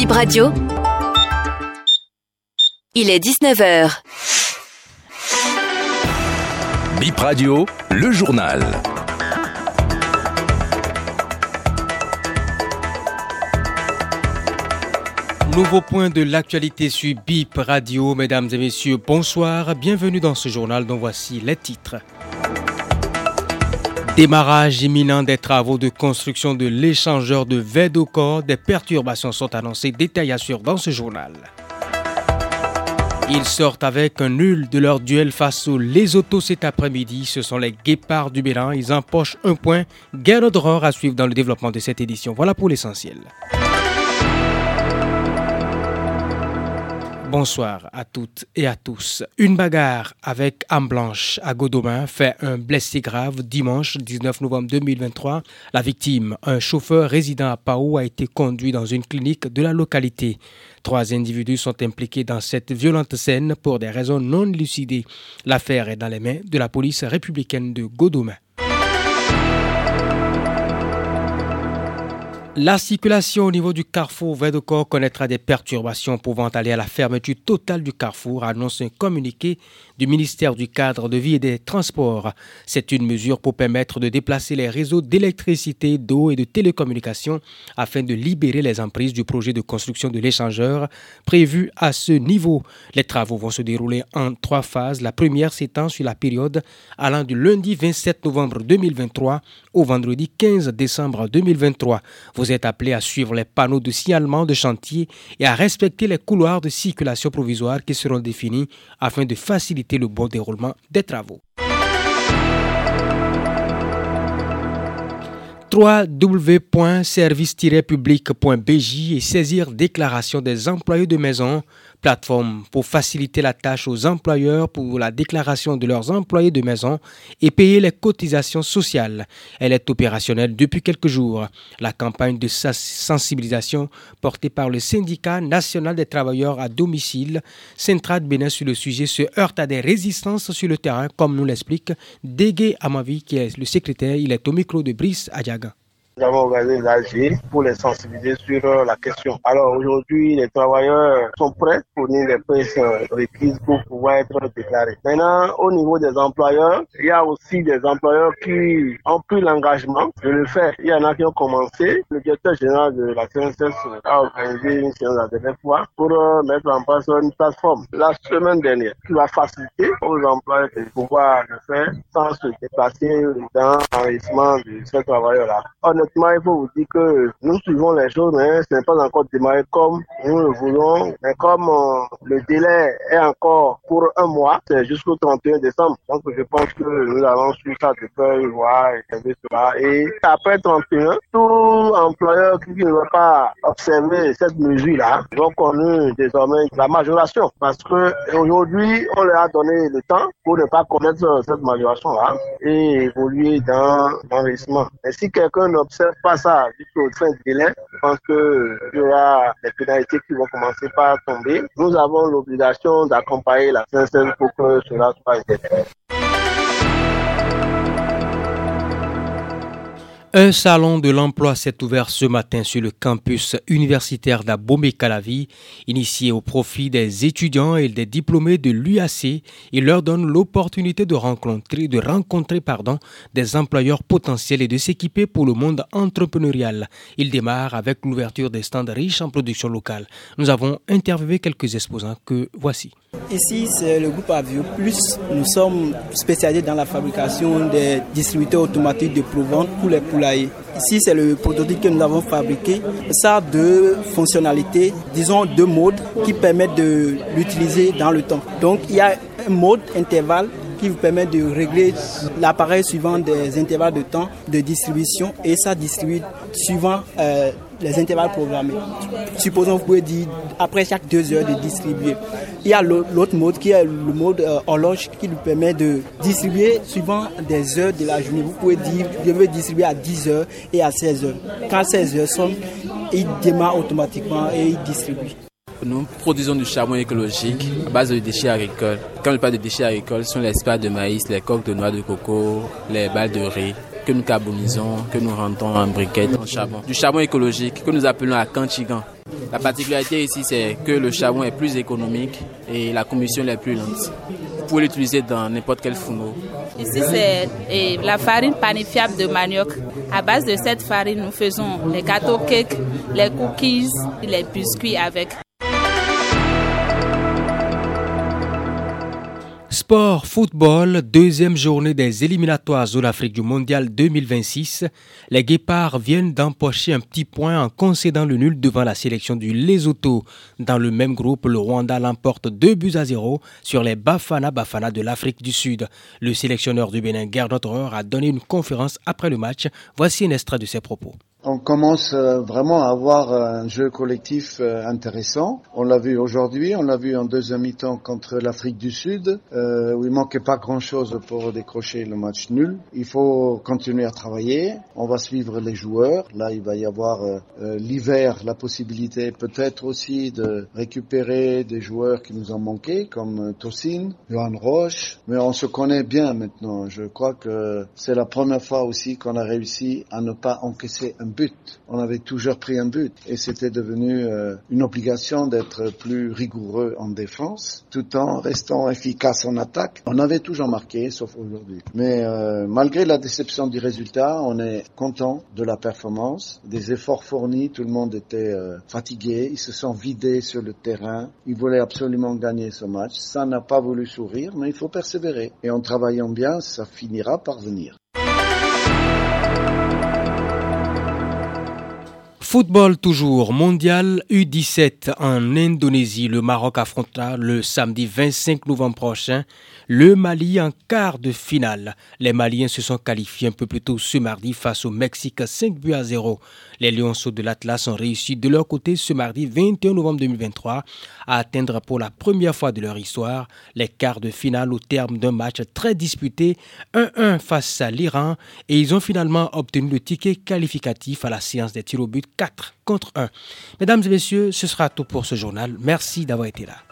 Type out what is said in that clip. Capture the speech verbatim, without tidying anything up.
Bip Radio. Il est dix-neuf heures. Bip Radio, le journal. Nouveau point de l'actualité sur Bip Radio. Mesdames et messieurs, bonsoir. Bienvenue dans ce journal dont voici les titres. Démarrage imminent des travaux de construction de l'échangeur de Védocor. Des perturbations sont annoncées. Détails assurent dans ce journal. Ils sortent avec un nul de leur duel face aux Lesotho cet après-midi. Ce sont les Guépards du Bénin. Ils empochent un point. Guerre d'horreur à suivre dans le développement de cette édition. Voilà pour l'essentiel. Bonsoir à toutes et à tous. Une bagarre avec arme blanche à Godoma fait un blessé grave dimanche dix-neuf novembre deux mille vingt-trois. La victime, un chauffeur résident à Pao, a été conduit dans une clinique de la localité. Trois individus sont impliqués dans cette violente scène pour des raisons non élucidées. L'affaire est dans les mains de la police républicaine de Godoma. La circulation au niveau du carrefour Védocor connaîtra des perturbations pouvant aller à la fermeture totale du carrefour, annonce un communiqué du ministère du Cadre de vie et des Transports. C'est une mesure pour permettre de déplacer les réseaux d'électricité, d'eau et de télécommunications afin de libérer les emprises du projet de construction de l'échangeur prévu à ce niveau. Les travaux vont se dérouler en trois phases. La première s'étend sur la période allant du lundi vingt-sept novembre deux mille vingt-trois au vendredi quinze décembre deux mille vingt-trois. Vous êtes appelés à suivre les panneaux de signalement de chantier et à respecter les couloirs de circulation provisoire qui seront définis afin de faciliter le bon déroulement des travaux. w w w point service tiret public point b j et saisir déclaration des employés de maison, plateforme pour faciliter la tâche aux employeurs pour la déclaration de leurs employés de maison et payer les cotisations sociales. Elle est opérationnelle depuis quelques jours. La campagne de sensibilisation portée par le syndicat national des travailleurs à domicile, Centrade Bénin sur le sujet, se heurte à des résistances sur le terrain, comme nous l'explique Dégué Amavi, qui est le secrétaire. Il est au micro de Brice Adiaga. Nous avons organisé l'A G pour les sensibiliser sur la question. Alors aujourd'hui, les travailleurs sont prêts pour fournir les pièces requises pour pouvoir être déclarés. Maintenant, au niveau des employeurs, il y a aussi des employeurs qui ont pris l'engagement de le faire. Il y en a qui ont commencé. Le directeur général de la C N S S a organisé une séance la dernière fois pour mettre en place une plateforme la semaine dernière qui va faciliter aux employeurs de pouvoir le faire sans se déplacer dans l'enregistrement de ces travailleurs-là. Honnêtement, il faut vous dire que nous suivons les choses, mais ce n'est pas encore démarré comme nous le voulons. Mais comme euh, le délai est encore pour un mois, c'est jusqu'au trente et un décembre. Donc je pense que nous allons suivre ça de près, voir et faire cela. Et après trente et un, tout employeur qui ne va pas observer cette mesure-là va connaître désormais la majoration. Parce que aujourd'hui, on leur a donné le temps pour ne pas connaître cette majoration-là et évoluer dans l'enregistrement. Et si quelqu'un n'observe pas ça jusqu'au fin du délai, je pense qu'il y aura des pénalités qui vont commencer par tomber. Nous avons l'obligation d'accompagner la C N S S pour que cela soit effectué. Un salon de l'emploi s'est ouvert ce matin sur le campus universitaire d'Abomey-Calavi, initié au profit des étudiants et des diplômés de l'U A C. Il leur donne l'opportunité de rencontrer, de rencontrer pardon, des employeurs potentiels et de s'équiper pour le monde entrepreneurial. Il démarre avec l'ouverture des stands riches en production locale. Nous avons interviewé quelques exposants que voici. Ici, c'est le groupe Avio Plus. Nous sommes spécialisés dans la fabrication des distributeurs automatiques de provente pour les poulaillers. Ici, c'est le prototype que nous avons fabriqué. Ça a deux fonctionnalités, disons deux modes qui permettent de l'utiliser dans le temps. Donc, il y a un mode intervalle qui vous permet de régler l'appareil suivant des intervalles de temps de distribution et ça distribue suivant euh, les intervalles programmés. Supposons vous pouvez dire après chaque deux heures de distribuer. Il y a l'autre mode qui est le mode euh, horloge qui lui permet de distribuer suivant des heures de la journée. Vous pouvez dire je veux distribuer à dix heures et à seize heures. Quand seize heures sonne, il démarre automatiquement et il distribue. Nous produisons du charbon écologique à base de déchets agricoles. Quand je parle de déchets agricoles, ce sont les spats de maïs, les coques de noix de coco, les balles de riz. que nous carbonisons, que nous rendons en briquettes, en charbon. Du charbon écologique que nous appelons à Kanchigan. La particularité ici, c'est que le charbon est plus économique et la combustion est plus lente. Vous pouvez l'utiliser dans n'importe quel fourneau. Ici, c'est eh, la farine panifiable de manioc. À base de cette farine, nous faisons les gâteaux cakes, les cookies, les biscuits avec. Sport, football, deuxième journée des éliminatoires de l'Afrique du Mondial deux mille vingt-six. Les Guépards viennent d'empocher un petit point en concédant le nul devant la sélection du Lesotho. Dans le même groupe, le Rwanda l'emporte deux buts à zéro sur les Bafana Bafana de l'Afrique du Sud. Le sélectionneur du Bénin, Gerdon Traoré, a donné une conférence après le match. Voici un extrait de ses propos. On commence vraiment à avoir un jeu collectif intéressant. On l'a vu aujourd'hui, on l'a vu en deuxième mi-temps contre l'Afrique du Sud, euh, où il manquait pas grand-chose pour décrocher le match nul. Il faut continuer à travailler. On va suivre les joueurs. Là, il va y avoir euh, l'hiver la possibilité peut-être aussi de récupérer des joueurs qui nous ont manqué, comme Tosin, Johan Roche. Mais on se connaît bien maintenant. Je crois que c'est la première fois aussi qu'on a réussi à ne pas encaisser un but. On avait toujours pris un but et c'était devenu euh, une obligation d'être plus rigoureux en défense tout en restant efficace en attaque. On avait toujours marqué sauf aujourd'hui. Mais euh, malgré la déception du résultat, on est content de la performance, des efforts fournis. Tout le monde était euh, fatigué, ils se sont vidés sur le terrain. Ils voulaient absolument gagner ce match. Ça n'a pas voulu sourire, mais il faut persévérer. Et en travaillant bien, ça finira par venir. Football toujours, mondial U dix-sept en Indonésie. Le Maroc affrontera le samedi vingt-cinq novembre prochain le Mali en quart de finale. Les Maliens se sont qualifiés un peu plus tôt ce mardi face au Mexique cinq buts à zéro. Les Lionceaux de l'Atlas ont réussi de leur côté ce mardi vingt et un novembre deux mille vingt-trois à atteindre pour la première fois de leur histoire les quarts de finale au terme d'un match très disputé un un face à l'Iran et ils ont finalement obtenu le ticket qualificatif à la séance des tirs au but quatre contre un. Mesdames et messieurs, ce sera tout pour ce journal. Merci d'avoir été là.